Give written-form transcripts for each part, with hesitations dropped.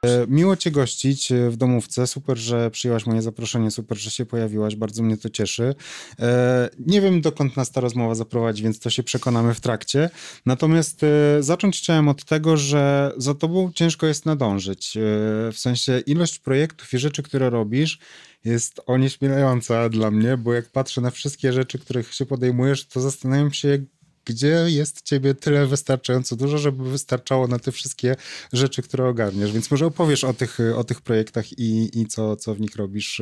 Miło cię gościć w domówce. Super, że przyjęłaś moje zaproszenie, super, że się pojawiłaś. Bardzo mnie to cieszy. Nie wiem, dokąd nas ta rozmowa zaprowadzi, więc to się przekonamy w trakcie. Natomiast zacząć chciałem od tego, że za tobą ciężko jest nadążyć. W sensie ilość projektów i rzeczy, które robisz, jest onieśmielająca dla mnie, bo jak patrzę na wszystkie rzeczy, których się podejmujesz, to zastanawiam się, gdzie jest ciebie tyle wystarczająco dużo, żeby wystarczało na te wszystkie rzeczy, które ogarniasz. Więc może opowiesz o tych projektach i co w nich robisz.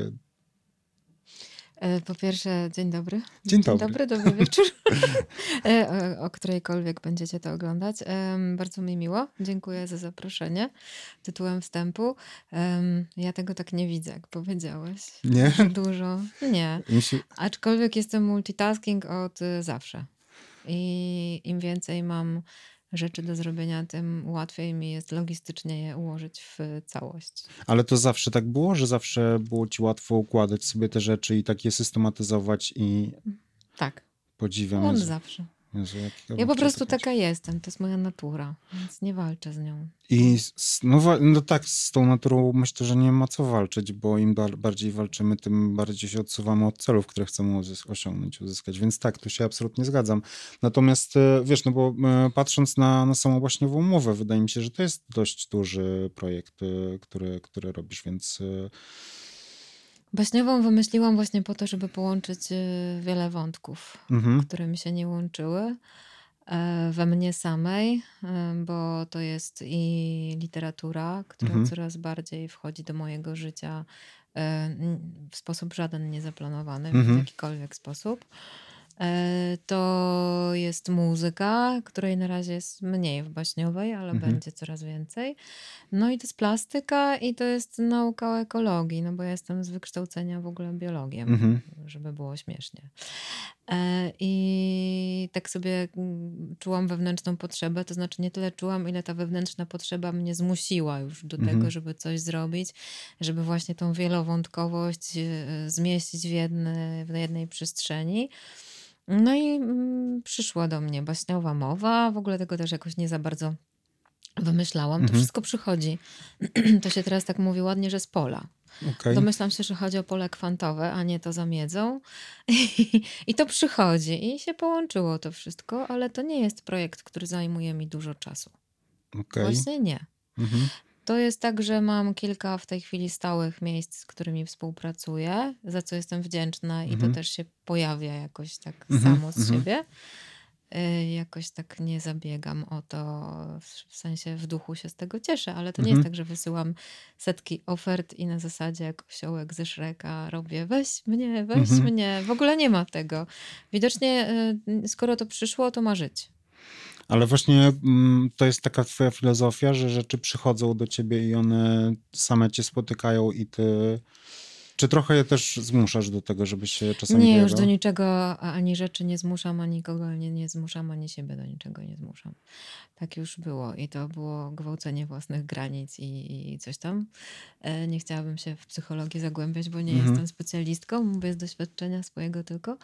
Po pierwsze, dzień dobry. Dzień dobry. Dobry wieczór. O którejkolwiek będziecie to oglądać. Bardzo mi miło. Dziękuję za zaproszenie tytułem wstępu. Ja tego tak nie widzę, jak powiedziałeś. Nie? Że dużo. Nie. Aczkolwiek jestem multitasking od zawsze. I im więcej mam rzeczy do zrobienia, tym łatwiej mi jest logistycznie je ułożyć w całość. Ale to zawsze tak było, że zawsze było ci łatwo układać sobie te rzeczy i tak je systematyzować i Tak. podziwiam. On Jezu. zawsze. Jezu, Ja po prostu taka jestem, to jest moja natura, więc nie walczę z nią. I no tak, z tą naturą myślę, że nie ma co walczyć, bo im bardziej walczymy, tym bardziej się odsuwamy od celów, które chcemy osiągnąć, uzyskać. Więc tak, tu się absolutnie zgadzam. Natomiast wiesz, no bo patrząc na samą właśnie umowę, wydaje mi się, że to jest dość duży projekt, który robisz, więc... Baśniową wymyśliłam właśnie po to, żeby połączyć wiele wątków, które mi się nie łączyły we mnie samej, bo to jest i literatura, która coraz bardziej wchodzi do mojego życia w sposób żaden niezaplanowany, w jakikolwiek sposób. To jest muzyka, której na razie jest mniej w baśniowej, ale będzie coraz więcej. No i to jest plastyka i to jest nauka o ekologii, no bo ja jestem z wykształcenia w ogóle biologiem, żeby było śmiesznie. I tak sobie czułam wewnętrzną potrzebę, to znaczy nie tyle czułam, ile ta wewnętrzna potrzeba mnie zmusiła już do tego, żeby coś zrobić, żeby właśnie tą wielowątkowość zmieścić w jednej przestrzeni. No i przyszła do mnie baśniowa mowa, w ogóle tego też jakoś nie za bardzo wymyślałam. To wszystko przychodzi. To się teraz tak mówi ładnie, że z pola. Okay. Domyślam się, że chodzi o pole kwantowe, a nie to za miedzą. I to przychodzi. I się połączyło to wszystko, ale to nie jest projekt, który zajmuje mi dużo czasu. Okay. Właśnie nie. To jest tak, że mam kilka w tej chwili stałych miejsc, z którymi współpracuję, za co jestem wdzięczna i to też się pojawia jakoś tak samo z siebie. Jakoś tak nie zabiegam o to, w sensie w duchu się z tego cieszę, ale to nie jest tak, że wysyłam setki ofert i na zasadzie jak osiołek ze Shreka robię weź mnie, w ogóle nie ma tego. Widocznie skoro to przyszło, to ma żyć. Ale właśnie to jest taka twoja filozofia, że rzeczy przychodzą do ciebie i one same cię spotykają i ty... Czy trochę je też zmuszasz do tego, żeby się czasami Nie, już do niczego ani rzeczy nie zmuszam, ani nikogo nie zmuszam, ani siebie do niczego nie zmuszam. Tak już było i to było gwałcenie własnych granic i coś tam. Nie chciałabym się w psychologię zagłębiać, bo nie jestem specjalistką, mówię z doświadczenia swojego tylko.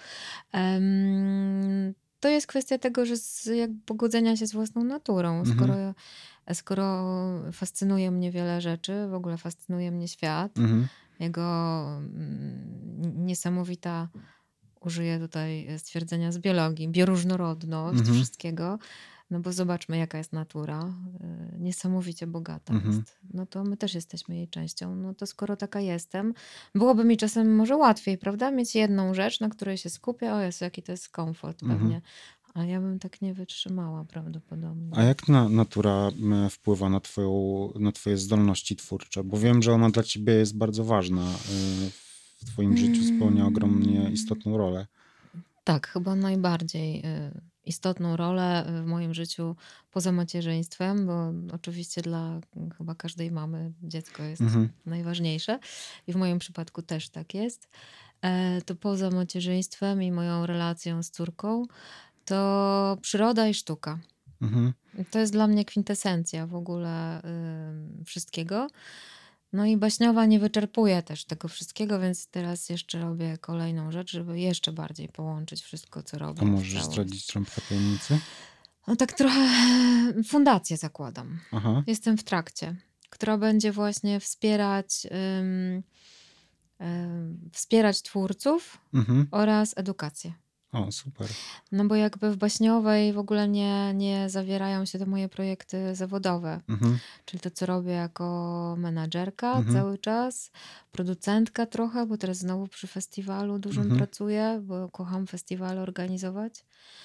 To jest kwestia tego, że pogodzenia się z własną naturą. Skoro fascynuje mnie wiele rzeczy, w ogóle fascynuje mnie świat, jego niesamowita, użyję tutaj stwierdzenia z biologii, bioróżnorodność wszystkiego, no bo zobaczmy, jaka jest natura, niesamowicie bogata jest. No to my też jesteśmy jej częścią. No to skoro taka jestem, byłoby mi czasem może łatwiej, prawda? Mieć jedną rzecz, na której się skupię. O Jezu, jaki to jest komfort pewnie. A ja bym tak nie wytrzymała prawdopodobnie. A jak natura wpływa na twoje zdolności twórcze? Bo wiem, że ona dla ciebie jest bardzo ważna. W twoim życiu spełnia ogromnie istotną rolę. Tak, chyba najbardziej istotną rolę w moim życiu poza macierzyństwem, bo oczywiście dla chyba każdej mamy dziecko jest najważniejsze i w moim przypadku też tak jest. To poza macierzyństwem i moją relacją z córką to przyroda i sztuka. To jest dla mnie kwintesencja w ogóle wszystkiego. No i baśniowa nie wyczerpuje też tego wszystkiego, więc teraz jeszcze robię kolejną rzecz, żeby jeszcze bardziej połączyć wszystko, co robię. A możesz zdradzić trąbkę tajemnicy? No tak trochę fundację zakładam. Jestem w trakcie. która będzie właśnie wspierać twórców oraz edukację. O, super. No bo jakby w baśniowej w ogóle nie zawierają się te moje projekty zawodowe. Czyli to, co robię jako menadżerka cały czas, producentka trochę, bo teraz znowu przy festiwalu dużym pracuję, bo kocham festiwale organizować.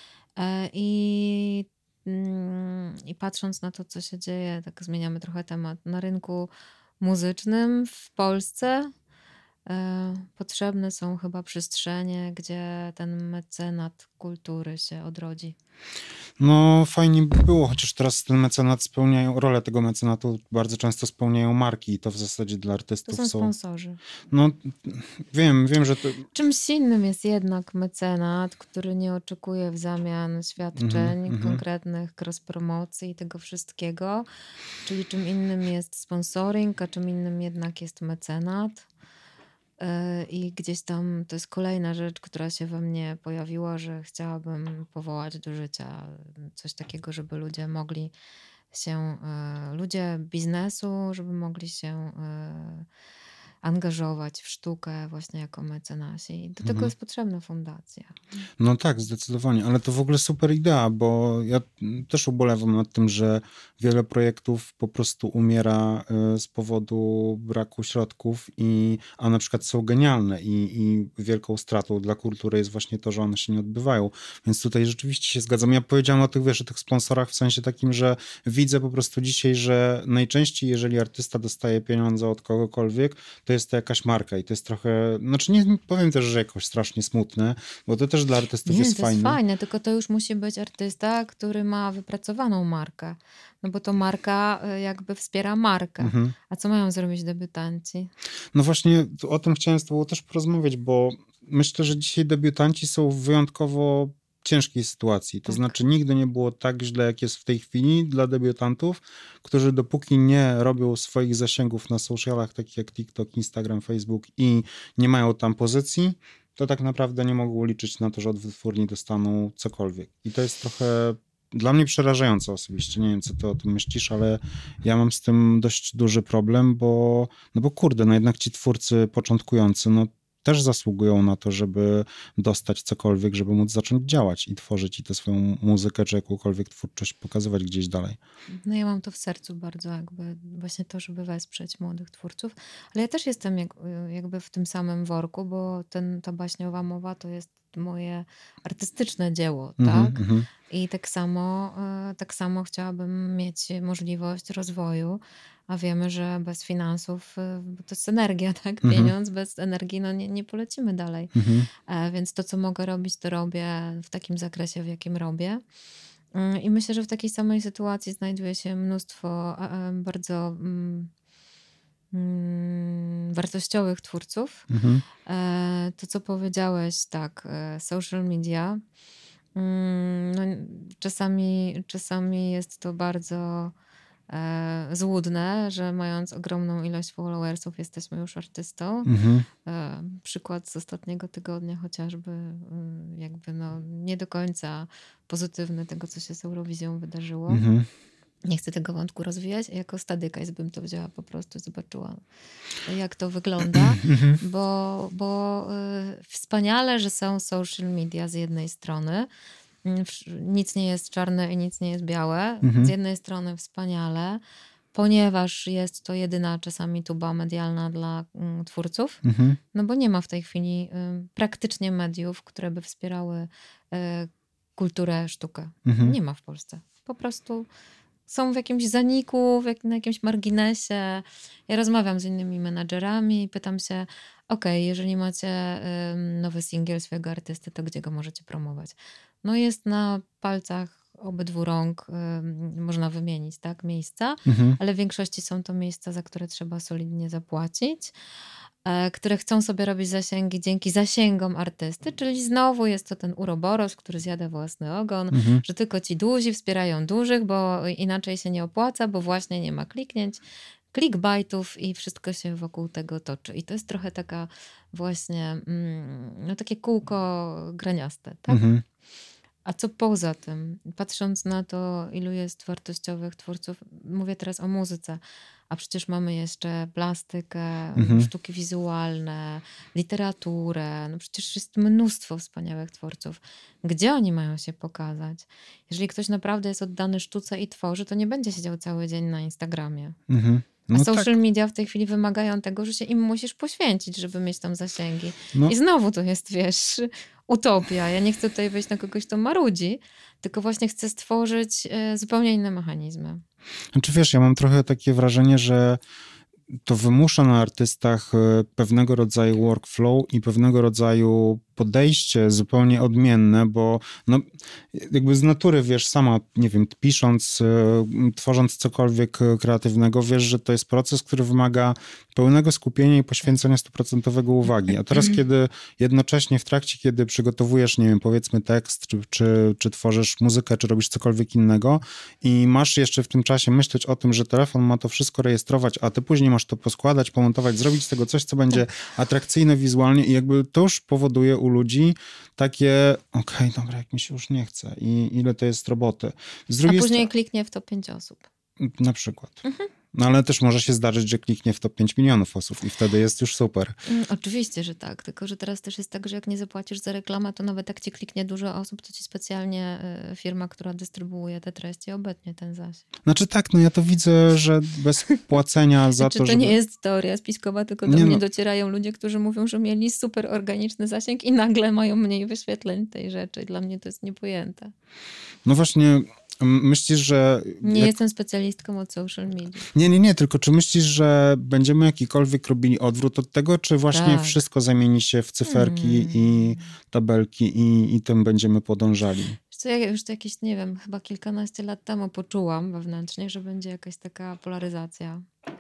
I patrząc na to, co się dzieje, tak zmieniamy trochę temat, na rynku muzycznym w Polsce, potrzebne są chyba przestrzenie, gdzie ten mecenat kultury się odrodzi. No fajnie by było, chociaż teraz ten mecenat rolę tego mecenatu bardzo często spełniają marki i to w zasadzie dla artystów To są sponsorzy. No wiem, że to... Czymś innym jest jednak mecenat, który nie oczekuje w zamian świadczeń konkretnych, cross-promocji i tego wszystkiego. Czyli czym innym jest sponsoring, a czym innym jednak jest mecenat. I gdzieś tam to jest kolejna rzecz, która się we mnie pojawiła, że chciałabym powołać do życia coś takiego, żeby ludzie mogli się, ludzie biznesu, żeby mogli się angażować w sztukę właśnie jako mecenasi. Do tego jest potrzebna fundacja. No tak, zdecydowanie, ale to w ogóle super idea, bo ja też ubolewam nad tym, że wiele projektów po prostu umiera z powodu braku środków, a na przykład są genialne i wielką stratą dla kultury jest właśnie to, że one się nie odbywają. Więc tutaj rzeczywiście się zgadzam. Ja powiedziałem o tych sponsorach w sensie takim, że widzę po prostu dzisiaj, że najczęściej, jeżeli artysta dostaje pieniądze od kogokolwiek, to jest to jakaś marka i to jest trochę, znaczy nie powiem też, że jakoś strasznie smutne, bo to też dla artystów jest fajne. Nie, to jest fajne, tylko to już musi być artysta, który ma wypracowaną markę. No bo to marka jakby wspiera markę. A co mają zrobić debiutanci? No właśnie o tym chciałem z tobą też porozmawiać, bo myślę, że dzisiaj debiutanci są w wyjątkowo ciężkiej sytuacji. To znaczy nigdy nie było tak źle, jak jest w tej chwili dla debiutantów, którzy dopóki nie robią swoich zasięgów na socialach, takich jak TikTok, Instagram, Facebook i nie mają tam pozycji, to tak naprawdę nie mogą liczyć na to, że od wytwórni dostaną cokolwiek. I to jest trochę dla mnie przerażające osobiście. Nie wiem, co ty o tym myślisz, ale ja mam z tym dość duży problem, bo kurde, no jednak ci twórcy początkujący, no też zasługują na to, żeby dostać cokolwiek, żeby móc zacząć działać i tworzyć i tę swoją muzykę, czy jakąkolwiek twórczość pokazywać gdzieś dalej. No ja mam to w sercu bardzo jakby właśnie to, żeby wesprzeć młodych twórców, ale ja też jestem jakby w tym samym worku, bo ta baśniowa mowa to jest moje artystyczne dzieło, tak? I tak samo chciałabym mieć możliwość rozwoju, a wiemy, że bez finansów, bo to jest energia, tak? Pieniądz, bez energii no nie polecimy dalej. Więc to, co mogę robić, to robię w takim zakresie, w jakim robię. I myślę, że w takiej samej sytuacji znajduje się mnóstwo bardzo wartościowych twórców. To, co powiedziałeś, tak, social media. No, czasami jest to bardzo złudne, że mając ogromną ilość followersów jesteśmy już artystą. Przykład z ostatniego tygodnia chociażby jakby no nie do końca pozytywny tego, co się z Eurowizją wydarzyło. Nie chcę tego wątku rozwijać. Jako Stadykajs bym to wzięła po prostu, zobaczyła jak to wygląda, bo wspaniale, że są social media z jednej strony. Nic nie jest czarne i nic nie jest białe. Z jednej strony wspaniale, ponieważ jest to jedyna czasami tuba medialna dla twórców, no bo nie ma w tej chwili praktycznie mediów, które by wspierały kulturę, sztukę. Nie ma w Polsce. Po prostu są w jakimś zaniku, na jakimś marginesie. Ja rozmawiam z innymi menadżerami i pytam się, jeżeli macie nowy singiel swojego artysty, to gdzie go możecie promować? No jest na palcach obydwu rąk, można wymienić, tak, miejsca, ale w większości są to miejsca, za które trzeba solidnie zapłacić, które chcą sobie robić zasięgi dzięki zasięgom artysty, czyli znowu jest to ten uroboros, który zjada własny ogon, że tylko ci duzi wspierają dużych, bo inaczej się nie opłaca, bo właśnie nie ma kliknięć, clickbaitów i wszystko się wokół tego toczy. I to jest trochę taka właśnie, no takie kółko graniaste, tak? A co poza tym? Patrząc na to, ilu jest wartościowych twórców, mówię teraz o muzyce, a przecież mamy jeszcze plastykę, sztuki wizualne, literaturę, no przecież jest mnóstwo wspaniałych twórców. Gdzie oni mają się pokazać? Jeżeli ktoś naprawdę jest oddany sztuce i tworzy, to nie będzie siedział cały dzień na Instagramie. No A social tak. media w tej chwili wymagają tego, że się im musisz poświęcić, żeby mieć tam zasięgi. No. I znowu to jest, wiesz, utopia. Ja nie chcę tutaj wejść na kogoś, kto marudzi, tylko właśnie chcę stworzyć zupełnie inne mechanizmy. Znaczy wiesz, ja mam trochę takie wrażenie, że to wymusza na artystach pewnego rodzaju workflow i pewnego rodzaju podejście zupełnie odmienne, bo no, jakby z natury wiesz sama, nie wiem, pisząc, tworząc cokolwiek kreatywnego, wiesz, że to jest proces, który wymaga pełnego skupienia i poświęcenia 100% uwagi. A teraz, kiedy jednocześnie w trakcie, kiedy przygotowujesz, nie wiem, powiedzmy tekst, czy tworzysz muzykę, czy robisz cokolwiek innego i masz jeszcze w tym czasie myśleć o tym, że telefon ma to wszystko rejestrować, a ty później masz to poskładać, pomontować, zrobić z tego coś, co będzie atrakcyjne wizualnie i jakby to już powoduje u ludzi takie, okej, dobra, jak mi się już nie chce i ile to jest roboty. A później kliknie w to 5 osób. Na przykład. No ale też może się zdarzyć, że kliknie w to 5 milionów osób i wtedy jest już super. Oczywiście, że tak. Tylko, że teraz też jest tak, że jak nie zapłacisz za reklamę, to nawet jak ci kliknie dużo osób, to ci specjalnie firma, która dystrybuuje te treści, obetnie ten zasięg. Znaczy tak, no ja to widzę, że bez płacenia za to, to żeby... nie jest teoria spiskowa, tylko do mnie docierają ludzie, którzy mówią, że mieli super organiczny zasięg i nagle mają mniej wyświetleń tej rzeczy. I dla mnie to jest niepojęte. No właśnie... Myślisz, że... Nie jestem specjalistką od social media. Nie, tylko czy myślisz, że będziemy jakikolwiek robili odwrót od tego, czy właśnie wszystko zamieni się w cyferki i tabelki i tym będziemy podążali? Co, ja już to jakieś, nie wiem, chyba kilkanaście lat temu poczułam wewnętrznie, że będzie jakaś taka polaryzacja.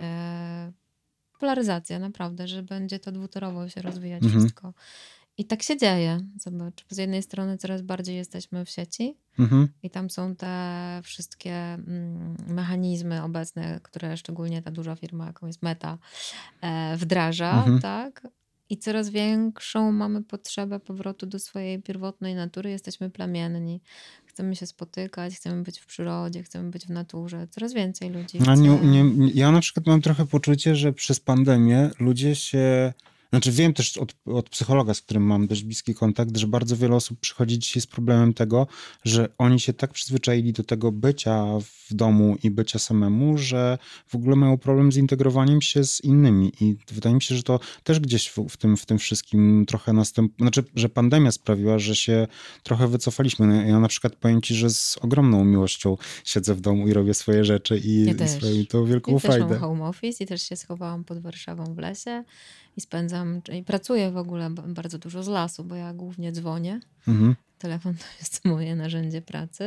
Polaryzacja, naprawdę, że będzie to dwutorowo się rozwijać wszystko. I tak się dzieje. Zobacz, z jednej strony coraz bardziej jesteśmy w sieci i tam są te wszystkie mechanizmy obecne, które szczególnie ta duża firma, jaką jest Meta, wdraża, tak? I coraz większą mamy potrzebę powrotu do swojej pierwotnej natury. Jesteśmy plemienni. Chcemy się spotykać, chcemy być w przyrodzie, chcemy być w naturze. Coraz więcej ludzi chce. Ja na przykład mam trochę poczucie, że przez pandemię ludzie się... Znaczy wiem też od psychologa, z którym mam dość bliski kontakt, że bardzo wiele osób przychodzi dzisiaj z problemem tego, że oni się tak przyzwyczaili do tego bycia w domu i bycia samemu, że w ogóle mają problem z integrowaniem się z innymi i wydaje mi się, że to też gdzieś w tym wszystkim trochę znaczy, że pandemia sprawiła, że się trochę wycofaliśmy. Ja na przykład powiem ci, że z ogromną miłością siedzę w domu i robię swoje rzeczy i sprawia mi to wielką frajdę. Ja też mam home office i też się schowałam pod Warszawą w lesie. I pracuję w ogóle bardzo dużo z lasu, bo ja głównie dzwonię. Telefon to jest moje narzędzie pracy.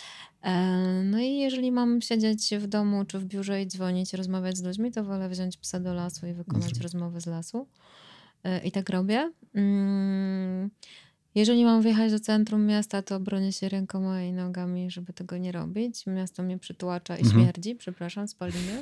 No i jeżeli mam siedzieć w domu czy w biurze i dzwonić, rozmawiać z ludźmi, to wolę wziąć psa do lasu i wykonać rozmowy z lasu. I tak robię. Jeżeli mam wjechać do centrum miasta, to bronię się rękoma i nogami, żeby tego nie robić. Miasto mnie przytłacza i śmierdzi, przepraszam, spaliny.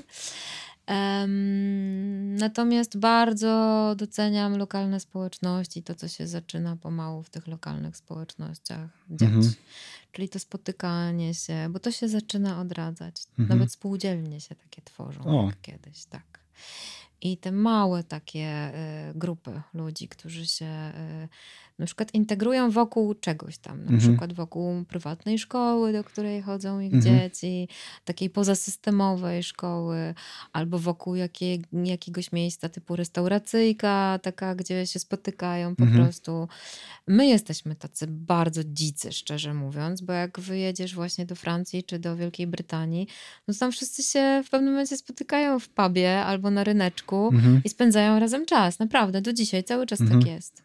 Natomiast bardzo doceniam lokalne społeczności, to co się zaczyna pomału w tych lokalnych społecznościach dziać. Czyli to spotykanie się, bo to się zaczyna odradzać. Nawet spółdzielnie się takie tworzą jak kiedyś, tak. I te małe takie grupy ludzi, którzy się na przykład integrują wokół czegoś tam, na przykład wokół prywatnej szkoły, do której chodzą ich dzieci, takiej pozasystemowej szkoły, albo wokół jakiegoś miejsca typu restauracyjka, taka, gdzie się spotykają po prostu. My jesteśmy tacy bardzo dzicy, szczerze mówiąc, bo jak wyjedziesz właśnie do Francji czy do Wielkiej Brytanii, no to tam wszyscy się w pewnym momencie spotykają w pubie albo na ryneczku i spędzają razem czas. Naprawdę, do dzisiaj cały czas tak jest.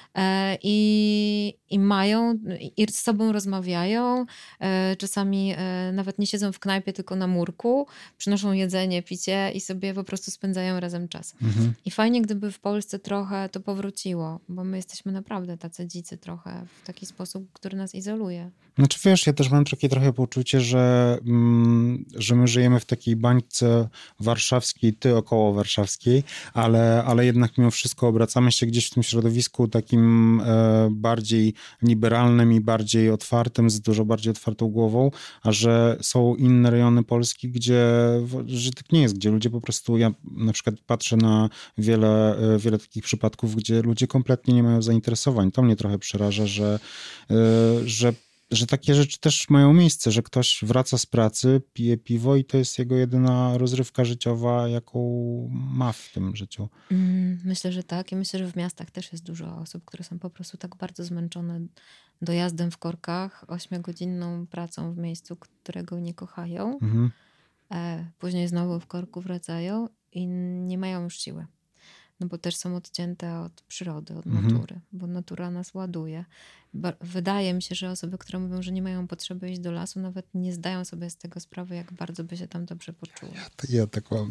I mają, i z sobą rozmawiają, czasami nawet nie siedzą w knajpie, tylko na murku, przynoszą jedzenie, picie i sobie po prostu spędzają razem czas. I fajnie, gdyby w Polsce trochę to powróciło, bo my jesteśmy naprawdę tacy dzicy trochę w taki sposób, który nas izoluje. Znaczy wiesz, ja też mam takie trochę poczucie, że my żyjemy w takiej bańce warszawskiej, ty około warszawskiej, ale jednak mimo wszystko obracamy się gdzieś w tym środowisku takim takim bardziej liberalnym i bardziej otwartym, z dużo bardziej otwartą głową, a że są inne rejony Polski, że tak nie jest, gdzie ludzie po prostu, ja na przykład patrzę na wiele takich przypadków, gdzie ludzie kompletnie nie mają zainteresowań. To mnie trochę przeraża, że takie rzeczy też mają miejsce, że ktoś wraca z pracy, pije piwo i to jest jego jedyna rozrywka życiowa, jaką ma w tym życiu. Myślę, że tak. I myślę, że w miastach też jest dużo osób, które są po prostu tak bardzo zmęczone dojazdem w korkach, 8-godzinną pracą w miejscu, którego nie kochają. Później znowu w korku wracają i nie mają już siły. No bo też są odcięte od przyrody, od natury, bo natura nas ładuje. Wydaje mi się, że osoby, które mówią, że nie mają potrzeby iść do lasu, nawet nie zdają sobie z tego sprawy, jak bardzo by się tam dobrze poczuły. Ja tak mam.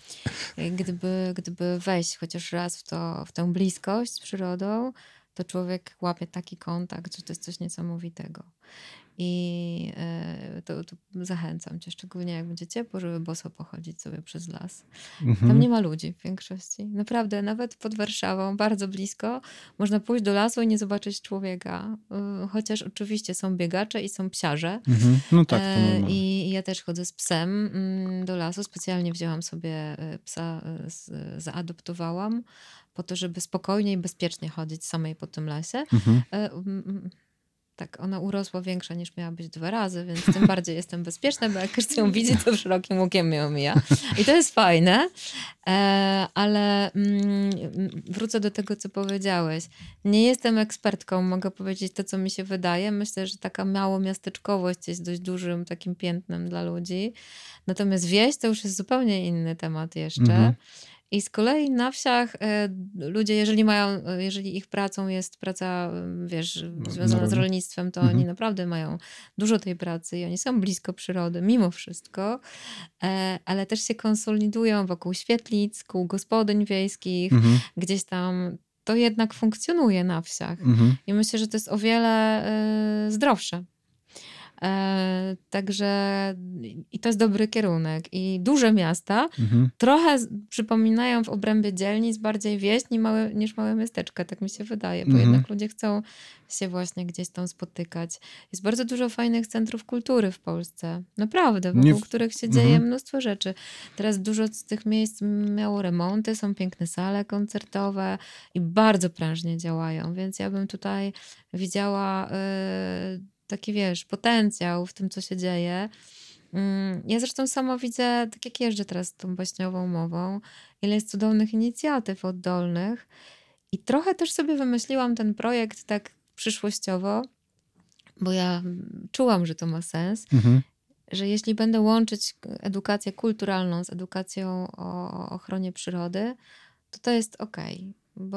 Gdyby wejść chociaż raz w tę bliskość z przyrodą, to człowiek łapie taki kontakt, że to jest coś niesamowitego. I to zachęcam cię, szczególnie jak będzie ciepło, żeby boso pochodzić sobie przez las. Tam nie ma ludzi w większości. Naprawdę, nawet pod Warszawą, bardzo blisko, można pójść do lasu i nie zobaczyć człowieka. Chociaż oczywiście są biegacze i są psiarze. No tak, to normalne. I ja też chodzę z psem do lasu. Specjalnie wzięłam sobie psa, zaadoptowałam po to, żeby spokojnie i bezpiecznie chodzić samej po tym lesie. Tak, ona urosła większa niż miała być 2 razy, więc tym bardziej jestem bezpieczna, bo jak każdy ją widzi, to szerokim łukiem mnie omija. I to jest fajne, ale wrócę do tego, co powiedziałeś. Nie jestem ekspertką, mogę powiedzieć to, co mi się wydaje. Myślę, że taka małomiasteczkowość jest dość dużym takim piętnem dla ludzi. Natomiast wieś to już jest zupełnie inny temat jeszcze. I z kolei na wsiach ludzie, jeżeli ich pracą jest praca, wiesz, związana z rolnictwem, to oni naprawdę mają dużo tej pracy i oni są blisko przyrody, mimo wszystko, ale też się konsolidują wokół świetlic, kół gospodyń wiejskich, gdzieś tam to jednak funkcjonuje na wsiach. I myślę, że to jest o wiele zdrowsze. Także i to jest dobry kierunek. I duże miasta trochę przypominają w obrębie dzielnic bardziej wieś niż małe miasteczka, tak mi się wydaje, bo jednak ludzie chcą się właśnie gdzieś tam spotykać. Jest bardzo dużo fajnych centrów kultury w Polsce. Naprawdę, wokół których się dzieje mnóstwo rzeczy. Teraz dużo z tych miejsc miało remonty, są piękne sale koncertowe i bardzo prężnie działają, więc ja bym tutaj widziała taki, wiesz, potencjał w tym, co się dzieje. Ja zresztą sama widzę, tak jak jeżdżę teraz tą baśniową mową, ile jest cudownych inicjatyw oddolnych i trochę też sobie wymyśliłam ten projekt tak przyszłościowo, bo ja czułam, że to ma sens, że jeśli będę łączyć edukację kulturalną z edukacją o ochronie przyrody, to jest okej,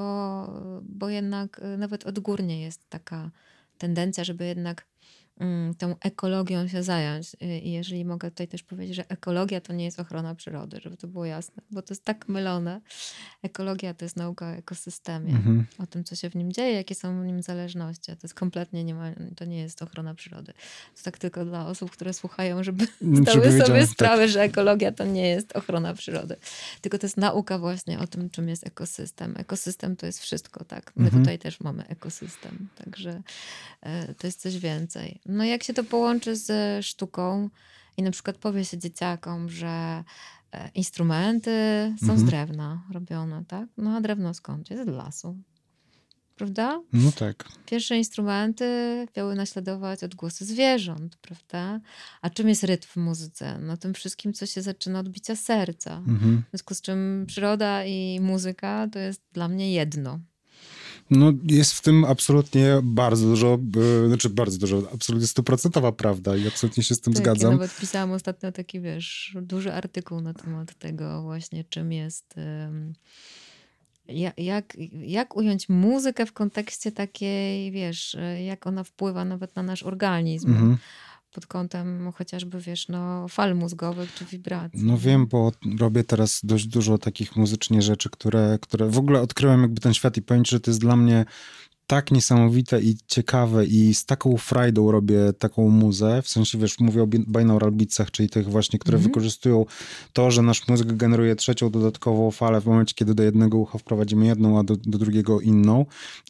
bo jednak nawet odgórnie jest taka tendencja, żeby jednak tą ekologią się zająć. I jeżeli mogę tutaj też powiedzieć, że ekologia to nie jest ochrona przyrody, żeby to było jasne, bo to jest tak mylone. Ekologia to jest nauka o ekosystemie, o tym, co się w nim dzieje, jakie są w nim zależności. To jest kompletnie to nie jest ochrona przyrody. To tak tylko dla osób, które słuchają, żeby zdały sobie sprawę, że ekologia to nie jest ochrona przyrody. Tylko to jest nauka właśnie o tym, czym jest ekosystem. Ekosystem to jest wszystko, tak? My tutaj też mamy ekosystem, także to jest coś więcej. No jak się to połączy z sztuką i na przykład powie się dzieciakom, że instrumenty są z drewna robione, tak? No a drewno skąd? Jest z lasu. Prawda? No tak. Pierwsze instrumenty miały naśladować odgłosy zwierząt, prawda? A czym jest rytm w muzyce? No tym wszystkim, co się zaczyna od bicia serca. W związku z czym przyroda i muzyka to jest dla mnie jedno. No jest w tym absolutnie bardzo dużo, absolutnie 100% prawda i absolutnie się z tym zgadzam. Ja nawet pisałam ostatnio taki, wiesz, duży artykuł na temat tego właśnie, czym jest, jak ująć muzykę w kontekście takiej, wiesz, jak ona wpływa nawet na nasz organizm. Pod kątem chociażby, wiesz, no, fal mózgowych czy wibracji. No wiem, bo robię teraz dość dużo takich muzycznie rzeczy, które w ogóle odkryłem jakby ten świat i powiem ci, że to jest dla mnie tak niesamowite i ciekawe i z taką frajdą robię taką muzę, w sensie, wiesz, mówię o binaural beatsach, czyli tych właśnie, które wykorzystują to, że nasz mózg generuje trzecią dodatkową falę w momencie, kiedy do jednego ucha wprowadzimy jedną, a do drugiego inną.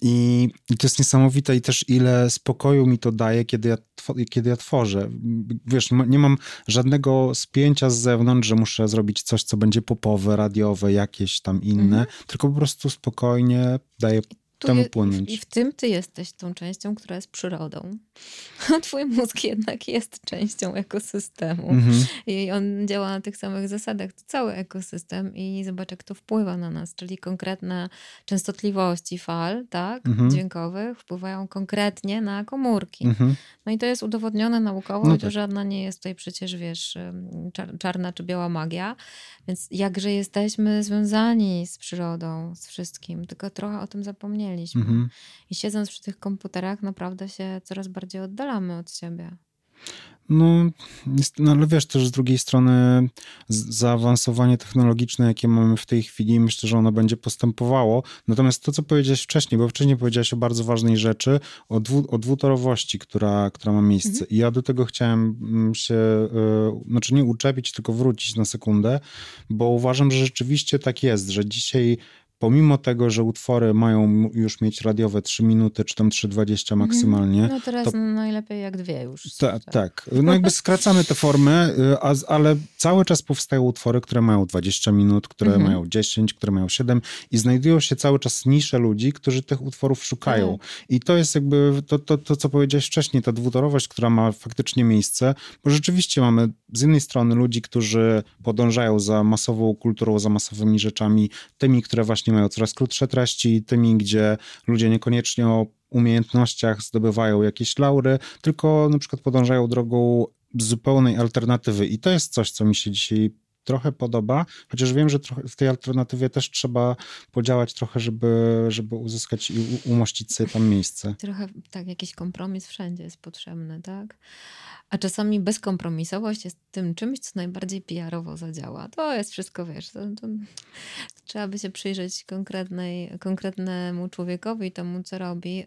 I to jest niesamowite i też ile spokoju mi to daje, kiedy ja tworzę. Wiesz, nie mam żadnego spięcia z zewnątrz, że muszę zrobić coś, co będzie popowe, radiowe, jakieś tam inne, tylko po prostu spokojnie daję temu płynąć. I w tym ty jesteś tą częścią, która jest przyrodą. A twój mózg jednak jest częścią ekosystemu. I on działa na tych samych zasadach, to cały ekosystem i zobacz, jak to wpływa na nas, czyli konkretne częstotliwości fal, tak, dźwiękowych wpływają konkretnie na komórki. No i to jest udowodnione naukowo, to żadna nie jest tutaj przecież, wiesz, czarna czy biała magia, więc jakże jesteśmy związani z przyrodą, z wszystkim, tylko trochę o tym zapomnieliśmy. I siedząc przy tych komputerach naprawdę się coraz bardziej oddalamy od siebie. No, ale wiesz, też z drugiej strony zaawansowanie technologiczne, jakie mamy w tej chwili, myślę, że ono będzie postępowało. Natomiast to, co powiedziałeś wcześniej, bo wcześniej powiedziałeś o bardzo ważnej rzeczy, o dwutorowości, która ma miejsce. I ja do tego chciałem się, znaczy nie uczepić, tylko wrócić na sekundę, bo uważam, że rzeczywiście tak jest, że dzisiaj pomimo tego, że utwory mają już mieć radiowe 3 minuty, czy tam 3,20 maksymalnie. No teraz najlepiej jak 2 już. Tak. No jakby skracamy te formy, ale cały czas powstają utwory, które mają 20 minut, które mają 10, które mają 7 i znajdują się cały czas nisze ludzi, którzy tych utworów szukają. I to jest jakby to, co powiedziałeś wcześniej, ta dwutorowość, która ma faktycznie miejsce, bo rzeczywiście mamy z jednej strony ludzi, którzy podążają za masową kulturą, za masowymi rzeczami, tymi, które właśnie mają coraz krótsze treści, tymi, gdzie ludzie niekoniecznie o umiejętnościach zdobywają jakieś laury, tylko na przykład podążają drogą zupełnej alternatywy. I to jest coś, co mi się dzisiaj trochę podoba, chociaż wiem, że trochę w tej alternatywie też trzeba podziałać trochę, żeby uzyskać i umościć sobie tam miejsce. Trochę tak, jakiś kompromis wszędzie jest potrzebny, tak? A czasami bezkompromisowość jest tym czymś, co najbardziej PR-owo zadziała. To jest wszystko, wiesz, to trzeba by się przyjrzeć konkretnemu człowiekowi i temu, co robi.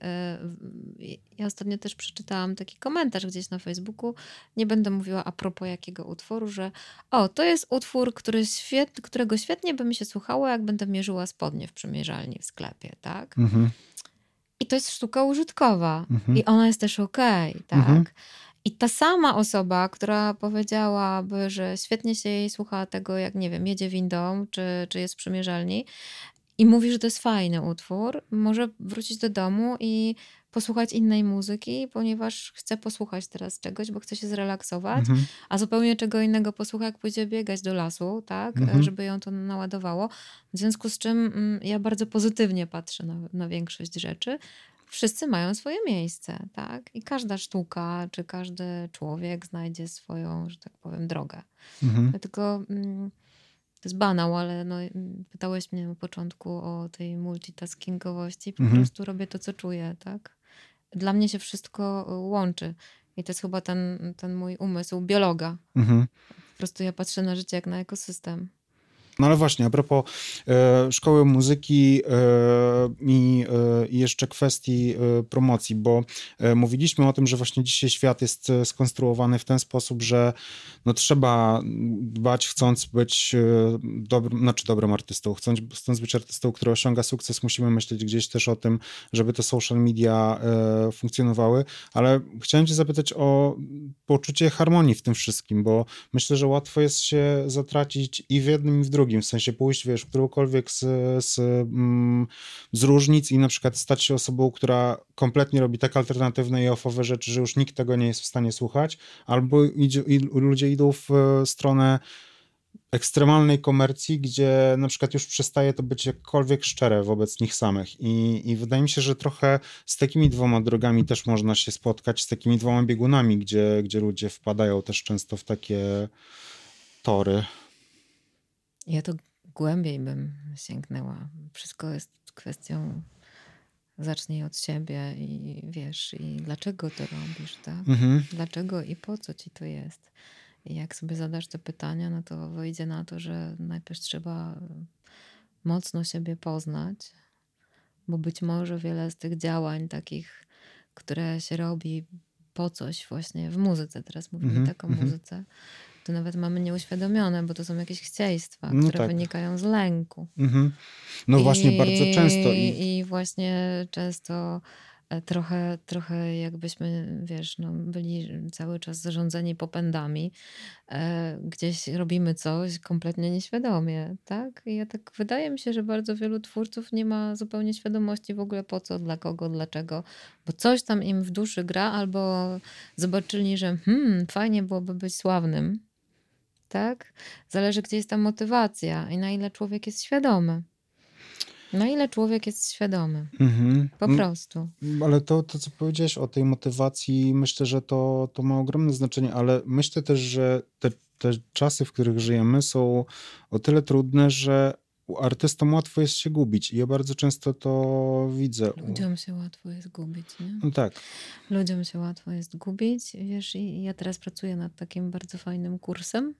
Ja ostatnio też przeczytałam taki komentarz gdzieś na Facebooku, nie będę mówiła a propos jakiego utworu, że to jest utwór, którego świetnie by mi się słuchało, jak będę mierzyła spodnie w przymierzalni w sklepie, tak? I to jest sztuka użytkowa i ona jest też okej, tak? I ta sama osoba, która powiedziałaby, że świetnie się jej słucha tego, jak nie wiem, jedzie windą, czy jest w przymierzalni i mówi, że to jest fajny utwór, może wrócić do domu i posłuchać innej muzyki, ponieważ chce posłuchać teraz czegoś, bo chce się zrelaksować, a zupełnie czego innego posłucha, jak pójdzie biegać do lasu, tak, żeby ją to naładowało. W związku z czym ja bardzo pozytywnie patrzę na większość rzeczy. Wszyscy mają swoje miejsce, tak? I każda sztuka, czy każdy człowiek znajdzie swoją, że tak powiem, drogę. Tylko to jest banał, ale pytałeś mnie na początku o tej multitaskingowości. Po prostu robię to, co czuję, tak? Dla mnie się wszystko łączy. I to jest chyba ten mój umysł biologa. Po prostu ja patrzę na życie jak na ekosystem. No ale właśnie, a propos szkoły muzyki i jeszcze kwestii promocji, bo mówiliśmy o tym, że właśnie dzisiaj świat jest skonstruowany w ten sposób, że no trzeba dbać, chcąc być dobrym artystą, chcąc być artystą, który osiąga sukces, musimy myśleć gdzieś też o tym, żeby te social media funkcjonowały, ale chciałem cię zapytać o poczucie harmonii w tym wszystkim, bo myślę, że łatwo jest się zatracić i w jednym, i w drugim, w sensie pójść, wiesz, w którąkolwiek z różnic i na przykład stać się osobą, która kompletnie robi tak alternatywne i offowe rzeczy, że już nikt tego nie jest w stanie słuchać, albo ludzie idą w stronę ekstremalnej komercji, gdzie na przykład już przestaje to być jakkolwiek szczere wobec nich samych. I wydaje mi się, że trochę z takimi dwoma drogami też można się spotkać, z takimi dwoma biegunami, gdzie ludzie wpadają też często w takie tory. Ja to głębiej bym sięgnęła. Wszystko jest kwestią zacznij od siebie i wiesz, i dlaczego to robisz, tak? Dlaczego i po co ci to jest? I jak sobie zadasz te pytania, no to wyjdzie na to, że najpierw trzeba mocno siebie poznać, bo być może wiele z tych działań takich, które się robi po coś właśnie w muzyce, teraz mówimy tak o muzyce, to nawet mamy nieuświadomione, bo to są jakieś chcieństwa, No które tak. wynikają z lęku. No właśnie bardzo często I właśnie często trochę jakbyśmy, wiesz, no, byli cały czas zarządzani popędami. Gdzieś robimy coś kompletnie nieświadomie, tak? I ja tak wydaje mi się, że bardzo wielu twórców nie ma zupełnie świadomości w ogóle po co, dla kogo, dlaczego, bo coś tam im w duszy gra, albo zobaczyli, że fajnie byłoby być sławnym, tak? Zależy, gdzie jest ta motywacja i na ile człowiek jest świadomy. Na ile człowiek jest świadomy. Po prostu. Ale to, co powiedziałeś o tej motywacji, myślę, że to ma ogromne znaczenie, ale myślę też, że te czasy, w których żyjemy, są o tyle trudne, że artystom łatwo jest się gubić. I ja bardzo często to widzę. Ludziom się łatwo jest gubić, nie? No tak. Ludziom się łatwo jest gubić. Wiesz, i ja teraz pracuję nad takim bardzo fajnym kursem.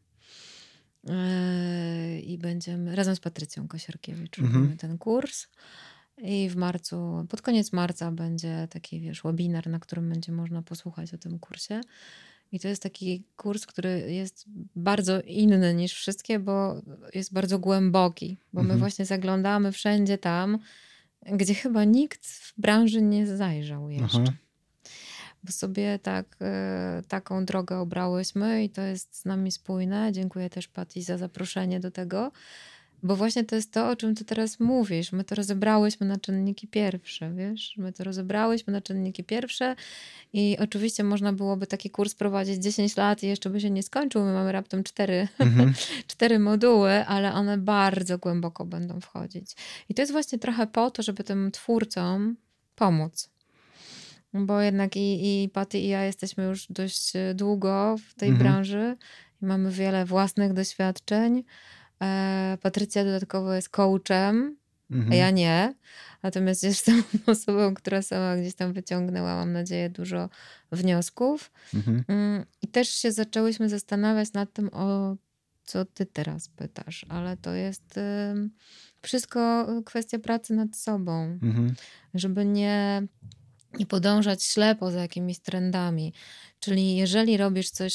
I będziemy razem z Patrycją Kosiarkiewicz robimy ten kurs. I w marcu, pod koniec marca będzie taki, wiesz, webinar, na którym będzie można posłuchać o tym kursie. I to jest taki kurs, który jest bardzo inny niż wszystkie, bo jest bardzo głęboki. Bo my właśnie zaglądamy wszędzie tam, gdzie chyba nikt w branży nie zajrzał jeszcze. Bo sobie taką drogę obrałyśmy i to jest z nami spójne. Dziękuję też Patty za zaproszenie do tego, bo właśnie to jest to, o czym ty teraz mówisz. My to rozebrałyśmy na czynniki pierwsze, wiesz? My to rozebrałyśmy na czynniki pierwsze i oczywiście można byłoby taki kurs prowadzić 10 lat i jeszcze by się nie skończył. My mamy raptem 4 moduły, ale one bardzo głęboko będą wchodzić. I to jest właśnie trochę po to, żeby tym twórcom pomóc. Bo jednak i Patty i ja jesteśmy już dość długo w tej branży i mamy wiele własnych doświadczeń. Patrycja dodatkowo jest coachem, a ja nie. Natomiast jestem osobą, która sama gdzieś tam wyciągnęła, mam nadzieję, dużo wniosków. I też się zaczęłyśmy zastanawiać nad tym, o co ty teraz pytasz, ale to jest wszystko kwestia pracy nad sobą. Żeby nie podążać ślepo za jakimiś trendami. Czyli jeżeli robisz coś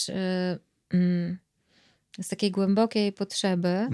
z takiej głębokiej potrzeby,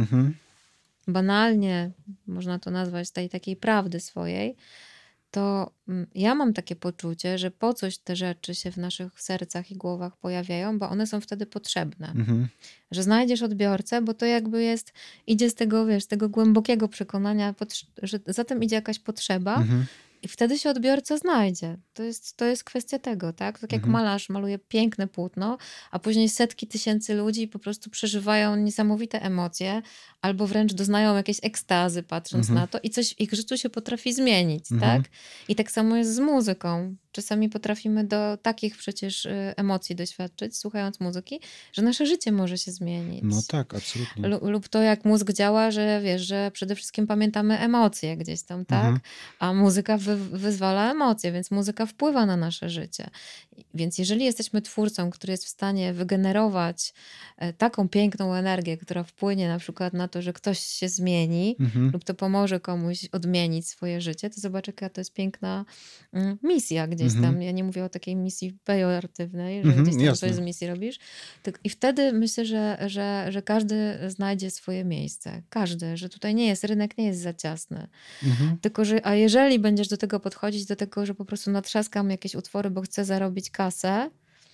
banalnie można to nazwać tej takiej prawdy swojej, to ja mam takie poczucie, że po coś te rzeczy się w naszych sercach i głowach pojawiają, bo one są wtedy potrzebne. Że znajdziesz odbiorcę, bo to jakby idzie z tego, wiesz, z tego głębokiego przekonania, że za tym idzie jakaś potrzeba, i wtedy się odbiorca znajdzie. To jest kwestia tego, tak? Tak jak malarz maluje piękne płótno, a później setki tysięcy ludzi po prostu przeżywają niesamowite emocje, albo wręcz doznają jakiejś ekstazy patrząc na to i coś w ich życiu się potrafi zmienić, tak? I tak samo jest z muzyką. Czasami potrafimy do takich przecież emocji doświadczyć, słuchając muzyki, że nasze życie może się zmienić. No tak, absolutnie. Lub to, jak mózg działa, że wiesz, że przede wszystkim pamiętamy emocje gdzieś tam, tak? A muzyka wyzwala emocje, więc muzyka wpływa na nasze życie. Więc jeżeli jesteśmy twórcą, który jest w stanie wygenerować taką piękną energię, która wpłynie na przykład na to, że ktoś się zmieni lub to pomoże komuś odmienić swoje życie, to zobacz, jaka to jest piękna misja gdzieś tam. Ja nie mówię o takiej misji pejoratywnej, że gdzieś tam coś z misji robisz. I wtedy myślę, że każdy znajdzie swoje miejsce. Każdy, że tutaj rynek nie jest za ciasny. Tylko, a jeżeli będziesz do tego podchodzić, do tego, że po prostu natrzaskam jakieś utwory, bo chcę zarobić kasę,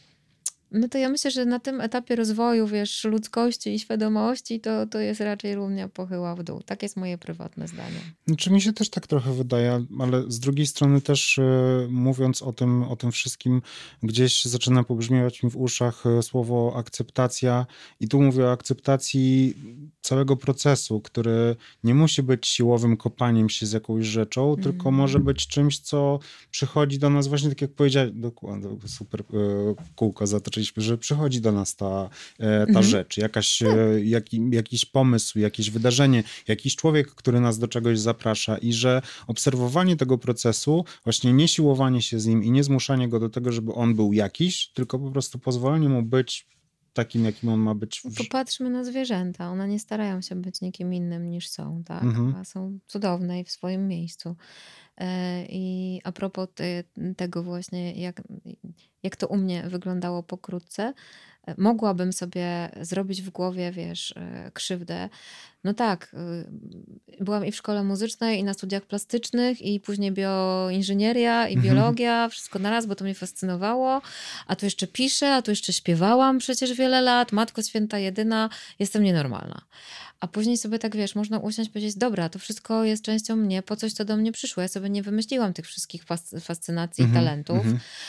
no to ja myślę, że na tym etapie rozwoju, wiesz, ludzkości i świadomości, to jest raczej równia pochyła w dół. Tak jest moje prywatne zdanie. Znaczy mi się też tak trochę wydaje, ale z drugiej strony też mówiąc o tym wszystkim, gdzieś zaczyna pobrzmiewać mi w uszach słowo akceptacja i tu mówię o akceptacji całego procesu, który nie musi być siłowym kopaniem się z jakąś rzeczą, tylko może być czymś, co przychodzi do nas właśnie, tak jak powiedziałeś, dokładnie, super kółko zatoczyliśmy, że przychodzi do nas ta rzecz, jakiś pomysł, jakieś wydarzenie, jakiś człowiek, który nas do czegoś zaprasza i że obserwowanie tego procesu, właśnie nie siłowanie się z nim i nie zmuszanie go do tego, żeby on był jakiś, tylko po prostu pozwolenie mu być takim, jakim on ma być. Popatrzmy na zwierzęta. One nie starają się być nikim innym niż są, tak? A są cudowne i w swoim miejscu. I a propos tego właśnie, jak to u mnie wyglądało pokrótce, mogłabym sobie zrobić w głowie, wiesz, krzywdę. No tak, byłam i w szkole muzycznej, i na studiach plastycznych, i później bioinżynieria, i biologia, wszystko naraz, bo to mnie fascynowało. A tu jeszcze piszę, a tu jeszcze śpiewałam przecież wiele lat, Matko Święta jedyna, jestem nienormalna. A później sobie tak, wiesz, można usiąść i powiedzieć, dobra, to wszystko jest częścią mnie, po coś to do mnie przyszło. Ja sobie nie wymyśliłam tych wszystkich fascynacji i talentów.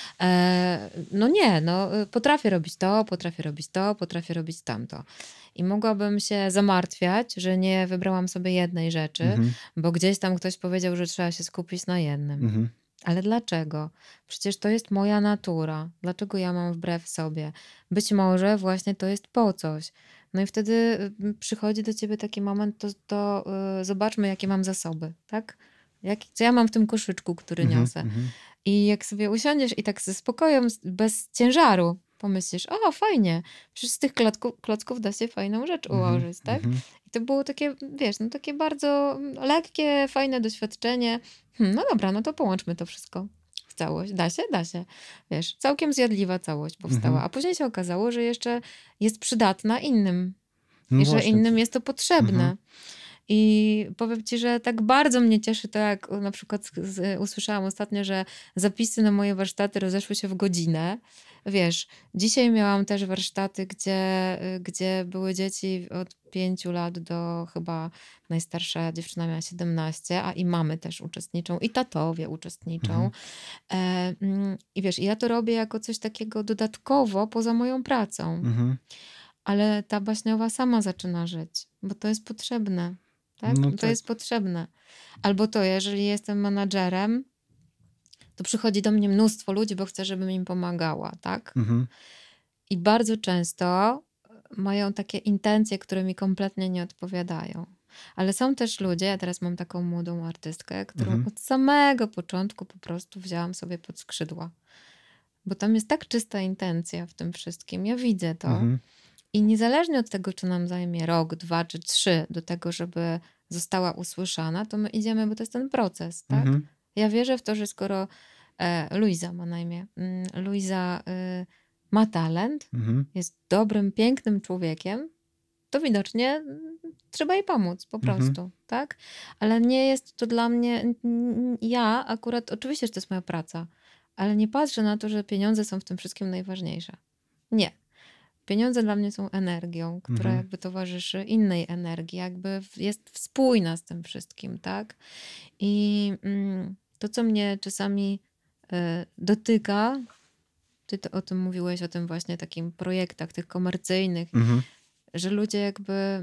No nie, no potrafię robić to, potrafię robić to, potrafię robić tamto. I mogłabym się zamartwiać, że nie wybrałam sobie jednej rzeczy, bo gdzieś tam ktoś powiedział, że trzeba się skupić na jednym. Ale dlaczego? Przecież to jest moja natura. Dlaczego ja mam wbrew sobie? Być może właśnie to jest po coś. No i wtedy przychodzi do ciebie taki moment, to zobaczmy, jakie mam zasoby, tak? Co ja mam w tym koszyczku, który niosę. I jak sobie usiądziesz i tak ze spokojem, bez ciężaru pomyślisz, o fajnie, przecież z tych klocków da się fajną rzecz ułożyć, tak? I to było takie, wiesz, no takie bardzo lekkie, fajne doświadczenie. No dobra, no to połączmy to wszystko w całość. Da się? Da się. Wiesz, całkiem zjadliwa całość powstała. A później się okazało, że jeszcze jest przydatna innym. No I że właśnie. innym jest to potrzebne. I powiem ci, że tak bardzo mnie cieszy to, jak na przykład usłyszałam ostatnio, że zapisy na moje warsztaty rozeszły się w godzinę. Wiesz, dzisiaj miałam też warsztaty, gdzie były dzieci od 5 lat do chyba najstarsza dziewczyna miała 17, a i mamy też uczestniczą, i tatowie uczestniczą. I wiesz, ja to robię jako coś takiego dodatkowo poza moją pracą. Ale ta baśniowa sama zaczyna żyć, bo to jest potrzebne. Tak? No To tak. jest potrzebne. Albo to, jeżeli jestem menadżerem, to przychodzi do mnie mnóstwo ludzi, bo chcę, żebym im pomagała, tak? I bardzo często mają takie intencje, które mi kompletnie nie odpowiadają. Ale są też ludzie, ja teraz mam taką młodą artystkę, którą od samego początku po prostu wzięłam sobie pod skrzydła. Bo tam jest tak czysta intencja w tym wszystkim. Ja widzę to. I niezależnie od tego, czy nam zajmie rok, 2 czy 3 do tego, żeby została usłyszana, to my idziemy, bo to jest ten proces, tak? Ja wierzę w to, że skoro Luiza ma na imię, Luiza ma talent, jest dobrym, pięknym człowiekiem, to widocznie trzeba jej pomóc po prostu, tak? Ale nie jest to dla mnie, ja akurat, oczywiście, że to jest moja praca, ale nie patrzę na to, że pieniądze są w tym wszystkim najważniejsze. Nie. Pieniądze dla mnie są energią, która jakby towarzyszy innej energii, jakby jest spójna z tym wszystkim, tak? I to, co mnie czasami dotyka, ty o tym mówiłeś, o tym właśnie takim projektach, tych komercyjnych, że ludzie jakby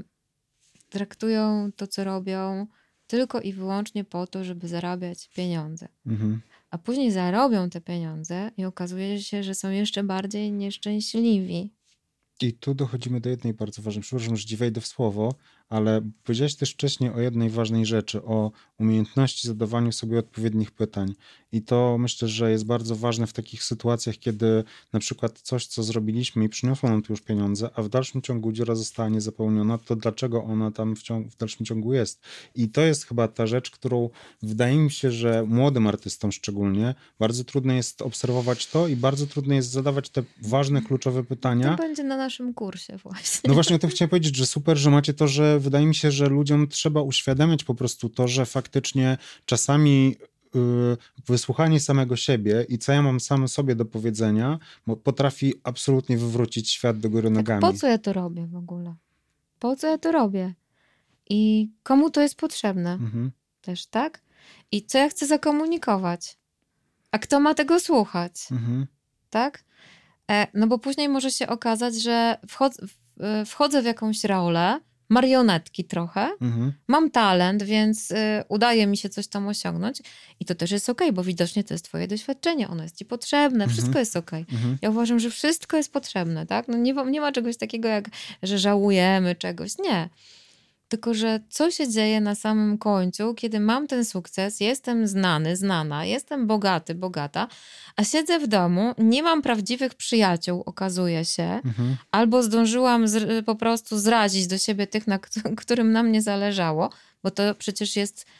traktują to, co robią, tylko i wyłącznie po to, żeby zarabiać pieniądze. A później zarobią te pieniądze i okazuje się, że są jeszcze bardziej nieszczęśliwi. I tu dochodzimy do jednej bardzo ważnej, przepraszam, że ci wejdę w słowo, ale powiedziałeś też wcześniej o jednej ważnej rzeczy, o umiejętności zadawania sobie odpowiednich pytań. I to myślę, że jest bardzo ważne w takich sytuacjach, kiedy na przykład coś, co zrobiliśmy i przyniosło nam tu już pieniądze, a w dalszym ciągu dziura została niezapełniona, to dlaczego ona tam w dalszym ciągu jest? I to jest chyba ta rzecz, którą wydaje mi się, że młodym artystom szczególnie bardzo trudno jest obserwować to i bardzo trudno jest zadawać te ważne, kluczowe pytania. To będzie na naszym kursie właśnie. No właśnie o tym chciałem powiedzieć, że super, że macie to, że wydaje mi się, że ludziom trzeba uświadamiać po prostu to, że faktycznie czasami wysłuchanie samego siebie i co ja mam sam sobie do powiedzenia, potrafi absolutnie wywrócić świat do góry nogami. Po co ja to robię w ogóle? Po co ja to robię? I komu to jest potrzebne? Też, tak? I co ja chcę zakomunikować? A kto ma tego słuchać? Tak? No bo później może się okazać, że wchodzę w jakąś rolę, marionetki trochę, mam talent, więc udaje mi się coś tam osiągnąć i to też jest okej, bo widocznie to jest twoje doświadczenie, ono jest ci potrzebne, wszystko jest okej. Ja uważam, że wszystko jest potrzebne, tak? No nie ma czegoś takiego, jak że żałujemy czegoś, nie. Tylko, że co się dzieje na samym końcu, kiedy mam ten sukces, jestem znany, znana, jestem bogaty, bogata, a siedzę w domu, nie mam prawdziwych przyjaciół, okazuje się, albo zdążyłam po prostu zrazić do siebie tych, którym na mnie zależało, bo to przecież jest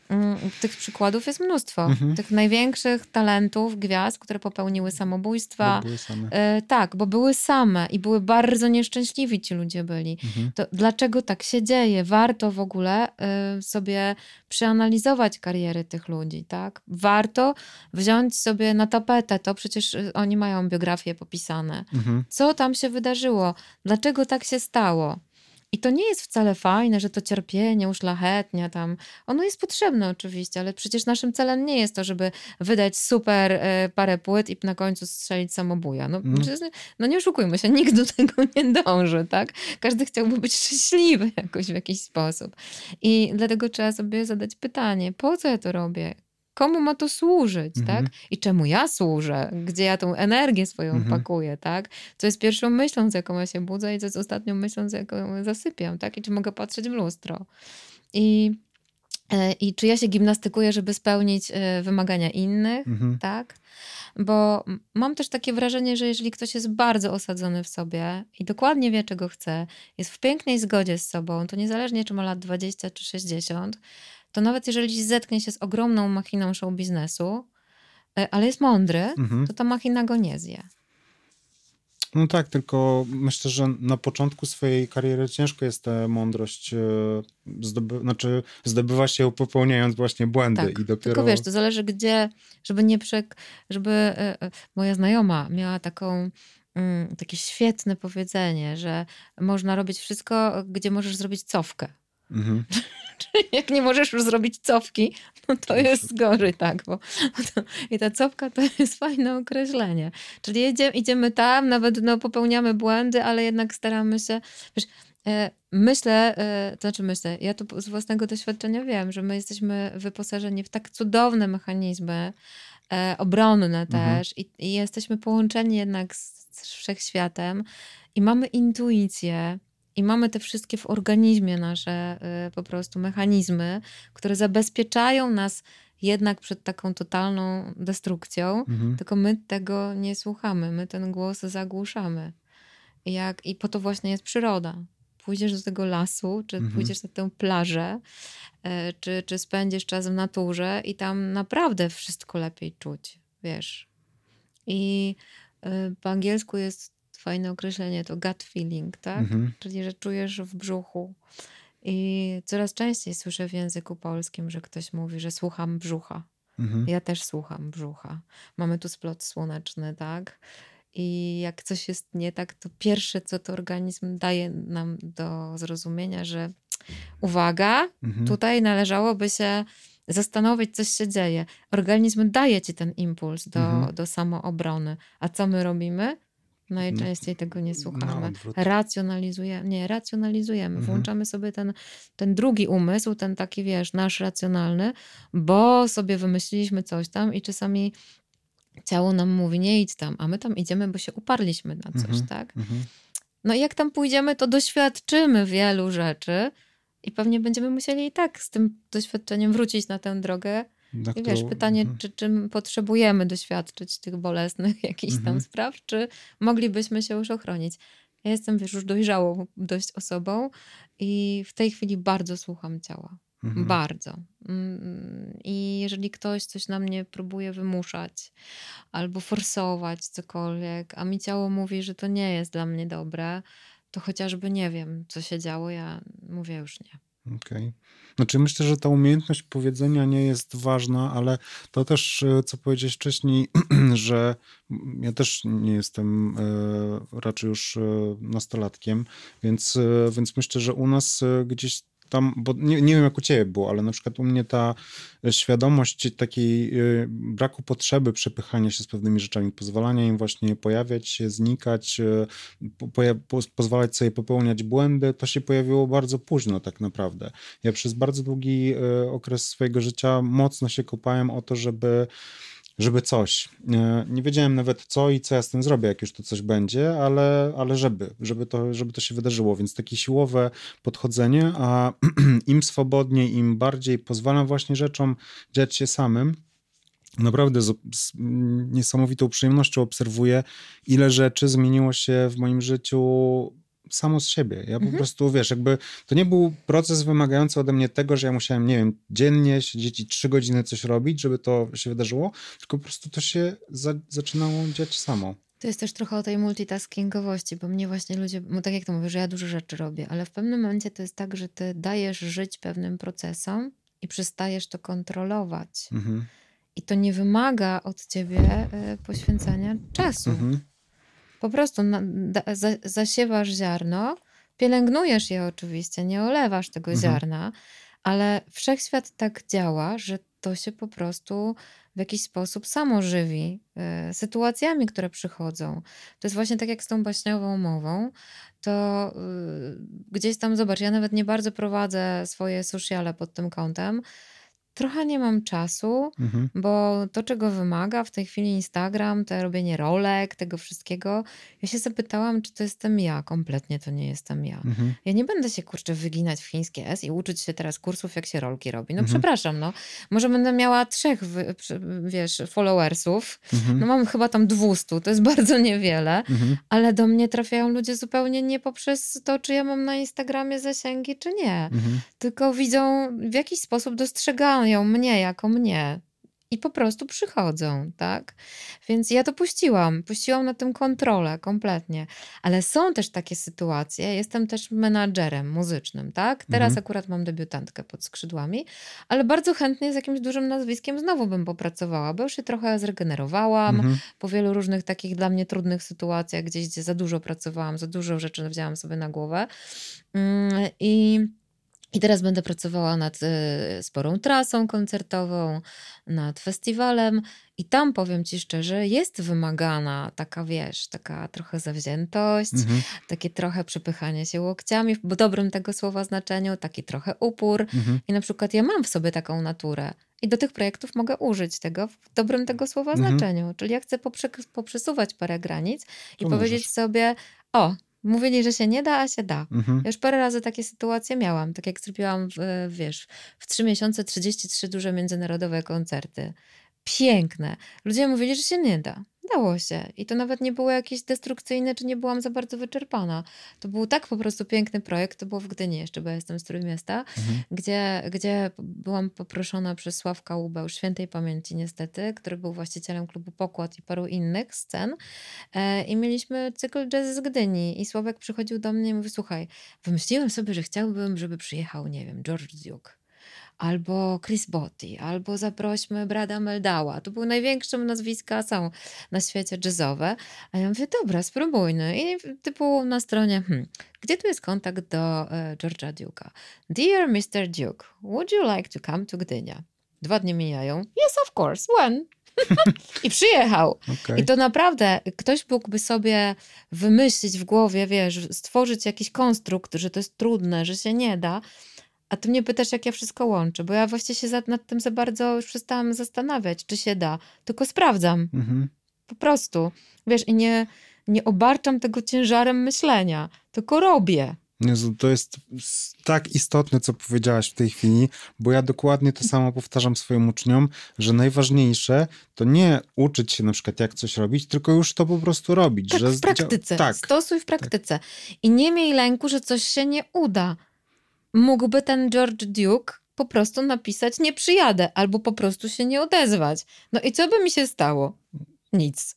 tych przykładów jest mnóstwo. Tych największych talentów, gwiazd, które popełniły samobójstwa. Bo były same. Tak, bo były same i były bardzo nieszczęśliwi ci ludzie byli. To dlaczego tak się dzieje? Warto w ogóle sobie przeanalizować kariery tych ludzi, tak? Warto wziąć sobie na tapetę to, przecież oni mają biografie popisane. Co tam się wydarzyło? Dlaczego tak się stało? I to nie jest wcale fajne, że to cierpienie uszlachetnia tam. Ono jest potrzebne oczywiście, ale przecież naszym celem nie jest to, żeby wydać super parę płyt i na końcu strzelić samobuja. No nie oszukujmy się, nikt do tego nie dąży, tak? Każdy chciałby być szczęśliwy jakoś w jakiś sposób. I dlatego trzeba sobie zadać pytanie, po co ja to robię? Komu ma to służyć, tak? I czemu ja służę? Gdzie ja tą energię swoją pakuję, tak? Co jest pierwszą myślą, z jaką ja się budzę i co jest ostatnią myślą, z jaką zasypiam, tak? I czy mogę patrzeć w lustro? I czy ja się gimnastykuję, żeby spełnić wymagania innych, tak? Bo mam też takie wrażenie, że jeżeli ktoś jest bardzo osadzony w sobie i dokładnie wie, czego chce, jest w pięknej zgodzie z sobą, to niezależnie, czy ma lat 20 czy 60, to nawet jeżeli zetknie się z ogromną machiną show biznesu, ale jest mądry, to ta machina go nie zje. No tak, tylko myślę, że na początku swojej kariery ciężko jest tę mądrość zdobywa się ją popełniając właśnie błędy. Tak, I dopiero... tylko wiesz, to zależy gdzie, żeby nie żeby moja znajoma miała takie świetne powiedzenie, że można robić wszystko, gdzie możesz zrobić cofkę. Czyli jak nie możesz już zrobić cofki, no to jest gorzej, tak, i ta cofka to jest fajne określenie. Czyli idziemy tam, nawet popełniamy błędy, ale jednak staramy się, wiesz, myślę, ja tu z własnego doświadczenia wiem, że my jesteśmy wyposażeni w tak cudowne mechanizmy obronne też i jesteśmy połączeni jednak z wszechświatem i mamy intuicję. I mamy te wszystkie w organizmie nasze po prostu mechanizmy, które zabezpieczają nas jednak przed taką totalną destrukcją, tylko my tego nie słuchamy, my ten głos zagłuszamy. I po to właśnie jest przyroda. Pójdziesz do tego lasu, czy pójdziesz na tę plażę, czy spędzisz czas w naturze i tam naprawdę wszystko lepiej czuć, wiesz. I po angielsku jest fajne określenie, to gut feeling, tak? Czyli, że czujesz w brzuchu. I coraz częściej słyszę w języku polskim, że ktoś mówi, że słucham brzucha. Ja też słucham brzucha. Mamy tu splot słoneczny, tak? I jak coś jest nie tak, to pierwsze, co to organizm daje nam do zrozumienia, że uwaga, tutaj należałoby się zastanowić, coś się dzieje. Organizm daje ci ten impuls do samoobrony. A co my robimy? Najczęściej tego nie słuchamy. Racjonalizujemy. Włączamy sobie ten drugi umysł, ten taki, wiesz, nasz racjonalny, bo sobie wymyśliliśmy coś tam i czasami ciało nam mówi, nie idź tam, a my tam idziemy, bo się uparliśmy na coś, tak? No i jak tam pójdziemy, to doświadczymy wielu rzeczy i pewnie będziemy musieli i tak z tym doświadczeniem wrócić na tę drogę. I wiesz, pytanie, czy potrzebujemy doświadczyć tych bolesnych jakichś tam spraw, czy moglibyśmy się już ochronić. Ja jestem, wiesz, już dojrzałą dość osobą i w tej chwili bardzo słucham ciała. Bardzo. I jeżeli ktoś coś na mnie próbuje wymuszać albo forsować cokolwiek, a mi ciało mówi, że to nie jest dla mnie dobre, to chociażby nie wiem, co się działo, ja mówię już nie. Okej. Znaczy myślę, że ta umiejętność powiedzenia nie jest ważna, ale to też, co powiedziałeś wcześniej, że ja też nie jestem raczej już nastolatkiem, więc myślę, że u nas gdzieś tam, bo nie wiem jak u ciebie było, ale na przykład u mnie ta świadomość takiej braku potrzeby przepychania się z pewnymi rzeczami, pozwalania im właśnie pojawiać się, znikać, pozwalać sobie popełniać błędy, to się pojawiło bardzo późno tak naprawdę. Ja przez bardzo długi okres swojego życia mocno się kopałem o to, żeby coś. Nie wiedziałem nawet co i co ja z tym zrobię, jak już to coś będzie, ale żeby to się wydarzyło, więc takie siłowe podchodzenie, a im swobodniej, im bardziej pozwalam właśnie rzeczom dziać się samym, naprawdę z niesamowitą przyjemnością obserwuję, ile rzeczy zmieniło się w moim życiu samo z siebie. Ja po prostu, wiesz, jakby to nie był proces wymagający ode mnie tego, że ja musiałem, nie wiem, dziennie siedzieć i 3 godziny coś robić, żeby to się wydarzyło, tylko po prostu to się zaczynało dziać samo. To jest też trochę o tej multitaskingowości, bo mnie właśnie ludzie, no tak jak to mówię, że ja dużo rzeczy robię, ale w pewnym momencie to jest tak, że ty dajesz żyć pewnym procesom i przestajesz to kontrolować. I to nie wymaga od ciebie poświęcania czasu. Po prostu zasiewasz ziarno, pielęgnujesz je oczywiście, nie olewasz tego ziarna, ale wszechświat tak działa, że to się po prostu w jakiś sposób samo żywi sytuacjami, które przychodzą. To jest właśnie tak jak z tą baśniową mową, to gdzieś tam, zobacz, ja nawet nie bardzo prowadzę swoje sociale pod tym kątem. Trochę nie mam czasu, bo to, czego wymaga w tej chwili Instagram, to robienie rolek, tego wszystkiego. Ja się zapytałam, czy to jestem ja. Kompletnie to nie jestem ja. Ja nie będę się, kurczę, wyginać w chińskie S i uczyć się teraz kursów, jak się rolki robi. No przepraszam, no. Może będę miała 3, wiesz, followersów. No mam chyba tam 200, to jest bardzo niewiele, ale do mnie trafiają ludzie zupełnie nie poprzez to, czy ja mam na Instagramie zasięgi, czy nie. Tylko widzą, w jakiś sposób dostrzegają mnie jako mnie i po prostu przychodzą, tak? Więc ja to puściłam na tym kontrolę kompletnie, ale są też takie sytuacje, jestem też menadżerem muzycznym, tak? Teraz akurat mam debiutantkę pod skrzydłami, ale bardzo chętnie z jakimś dużym nazwiskiem znowu bym popracowała, bo już się trochę zregenerowałam po wielu różnych takich dla mnie trudnych sytuacjach, gdzieś gdzie za dużo pracowałam, za dużo rzeczy wzięłam sobie na głowę i teraz będę pracowała nad sporą trasą koncertową, nad festiwalem i tam, powiem ci szczerze, jest wymagana taka, wiesz, taka trochę zawziętość, takie trochę przepychanie się łokciami w dobrym tego słowa znaczeniu, taki trochę upór. I na przykład ja mam w sobie taką naturę i do tych projektów mogę użyć tego w dobrym tego słowa znaczeniu. Czyli ja chcę poprzesuwać parę granic i powiedzieć sobie, mówili, że się nie da, a się da. Ja już parę razy takie sytuacje miałam. Tak jak zrobiłam, wiesz, w 3 miesiące 33 duże międzynarodowe koncerty. Piękne. Ludzie mówili, że się nie da. Dało się. I to nawet nie było jakieś destrukcyjne, czy nie byłam za bardzo wyczerpana. To był tak po prostu piękny projekt. To było w Gdyni jeszcze, bo ja jestem z Trójmiasta, gdzie byłam poproszona przez Sławka Łubę, świętej pamięci niestety, który był właścicielem klubu Pokład i paru innych scen. I mieliśmy cykl jazz z Gdyni. I Sławek przychodził do mnie i mówi, słuchaj, wymyśliłem sobie, że chciałbym, żeby przyjechał, nie wiem, George Duke. Albo Chris Botti, albo zaprośmy Brada Meldała. To były największe nazwiska są na świecie jazzowe. A ja mówię, dobra, spróbujmy. I typu na stronie, gdzie tu jest kontakt do George'a Duke'a? Dear Mr. Duke, would you like to come to Gdynia? 2 dni mijają. Yes, of course, when? I przyjechał. I to naprawdę ktoś mógłby sobie wymyślić w głowie, wiesz, stworzyć jakiś konstrukt, że to jest trudne, że się nie da. A ty mnie pytasz, jak ja wszystko łączę, bo ja właściwie się nad tym za bardzo już przestałam zastanawiać, czy się da. Tylko sprawdzam. Po prostu. Wiesz, i nie obarczam tego ciężarem myślenia, tylko robię. Jezu, to jest tak istotne, co powiedziałaś w tej chwili, bo ja dokładnie to samo powtarzam swoim uczniom, że najważniejsze to nie uczyć się na przykład jak coś robić, tylko już to po prostu robić. Tak, że w praktyce. Tak. Stosuj w praktyce. I nie miej lęku, że coś się nie uda. Mógłby ten George Duke po prostu napisać nie przyjadę, albo po prostu się nie odezwać. No i co by mi się stało? Nic.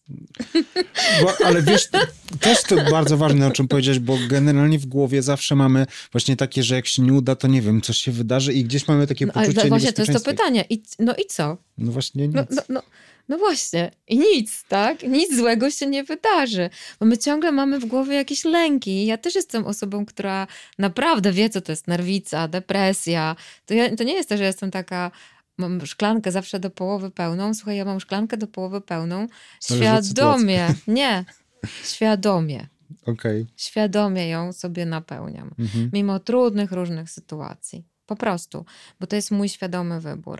Ale wiesz, też to bardzo ważne, o czym powiedziałeś, bo generalnie w głowie zawsze mamy właśnie takie, że jak się nie uda, to nie wiem, coś się wydarzy i gdzieś mamy takie poczucie ale właśnie to jest to pytanie. No i co? No właśnie nic. No właśnie. I nic, tak? Nic złego się nie wydarzy. Bo my ciągle mamy w głowie jakieś lęki. Ja też jestem osobą, która naprawdę wie, co to jest nerwica, depresja. To nie jest to, że jestem taka... Mam szklankę zawsze do połowy pełną. Słuchaj, ja mam szklankę do połowy pełną. Świadomie. Nie. Świadomie. Świadomie ją sobie napełniam. Mimo trudnych, różnych sytuacji. Po prostu. Bo to jest mój świadomy wybór.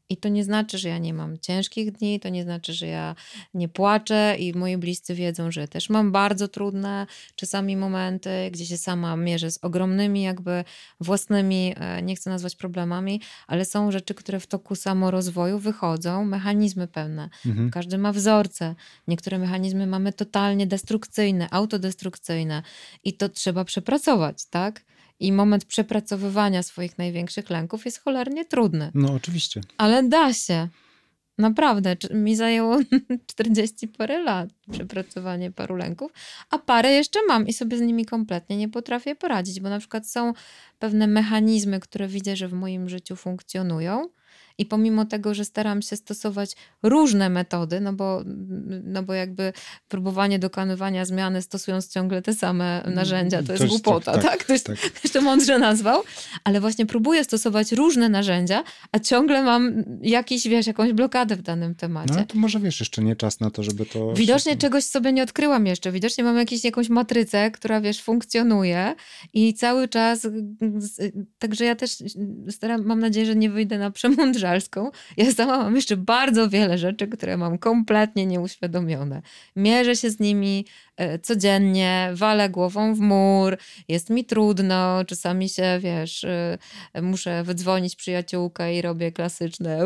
I to nie znaczy, że ja nie mam ciężkich dni, to nie znaczy, że ja nie płaczę i moi bliscy wiedzą, że też mam bardzo trudne czasami momenty, gdzie się sama mierzę z ogromnymi jakby własnymi, nie chcę nazwać problemami, ale są rzeczy, które w toku samorozwoju wychodzą, mechanizmy pewne. Każdy ma wzorce. Niektóre mechanizmy mamy totalnie destrukcyjne, autodestrukcyjne i to trzeba przepracować, tak? I moment przepracowywania swoich największych lęków jest cholernie trudny. No oczywiście. Ale da się. Naprawdę. Mi zajęło 40 parę lat przepracowanie paru lęków, a parę jeszcze mam i sobie z nimi kompletnie nie potrafię poradzić, bo na przykład są pewne mechanizmy, które widzę, że w moim życiu funkcjonują i pomimo tego, że staram się stosować różne metody, no bo jakby próbowanie dokonywania zmiany stosując ciągle te same narzędzia, to jest głupota, tak? Ktoś to mądrze nazwał, ale właśnie próbuję stosować różne narzędzia, a ciągle mam jakąś blokadę w danym temacie. No to może jeszcze nie czas na to, żeby to... Widocznie czegoś sobie nie odkryłam jeszcze. Widocznie mam jakąś matrycę, która funkcjonuje i cały czas, także ja też mam nadzieję, że nie wyjdę na przemądrzalską. Ja sama mam jeszcze bardzo wiele rzeczy, które mam kompletnie nieuświadomione. Mierzę się z nimi codziennie, walę głową w mur, jest mi trudno, czasami się, muszę wydzwonić przyjaciółkę i robię klasyczne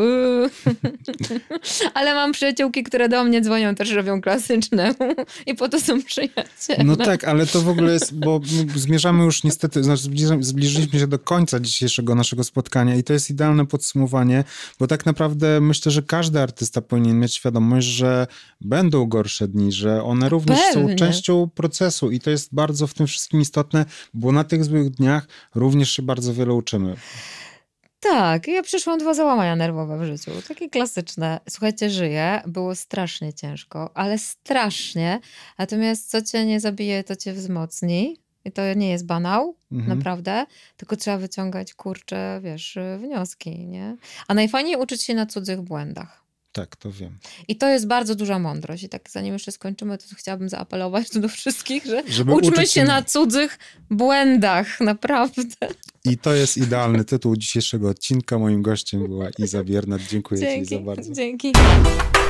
ale mam przyjaciółki, które do mnie dzwonią, też robią klasyczne i po to są przyjaciele. No tak, ale to w ogóle jest, bo zmierzamy już niestety, zbliżyliśmy się do końca dzisiejszego naszego spotkania i to jest idealne podsumowanie, bo tak naprawdę myślę, że każdy artysta powinien mieć świadomość, że będą gorsze dni, że one również są częścią procesu i to jest bardzo w tym wszystkim istotne, bo na tych złych dniach również się bardzo wiele uczymy. Tak, ja przeszłam 2 załamania nerwowe w życiu, takie klasyczne. Słuchajcie, żyję, było strasznie ciężko, ale strasznie, natomiast co cię nie zabije, to cię wzmocni. I to nie jest banał, naprawdę, tylko trzeba wyciągać, wnioski, nie? A najfajniej uczyć się na cudzych błędach. Tak, to wiem. I to jest bardzo duża mądrość. I tak zanim jeszcze skończymy, to chciałabym zaapelować do wszystkich, żeby uczmy się na cudzych błędach, naprawdę. I to jest idealny tytuł dzisiejszego odcinka. Moim gościem była Iza Biernat. Dziękuję ci za bardzo. Dzięki.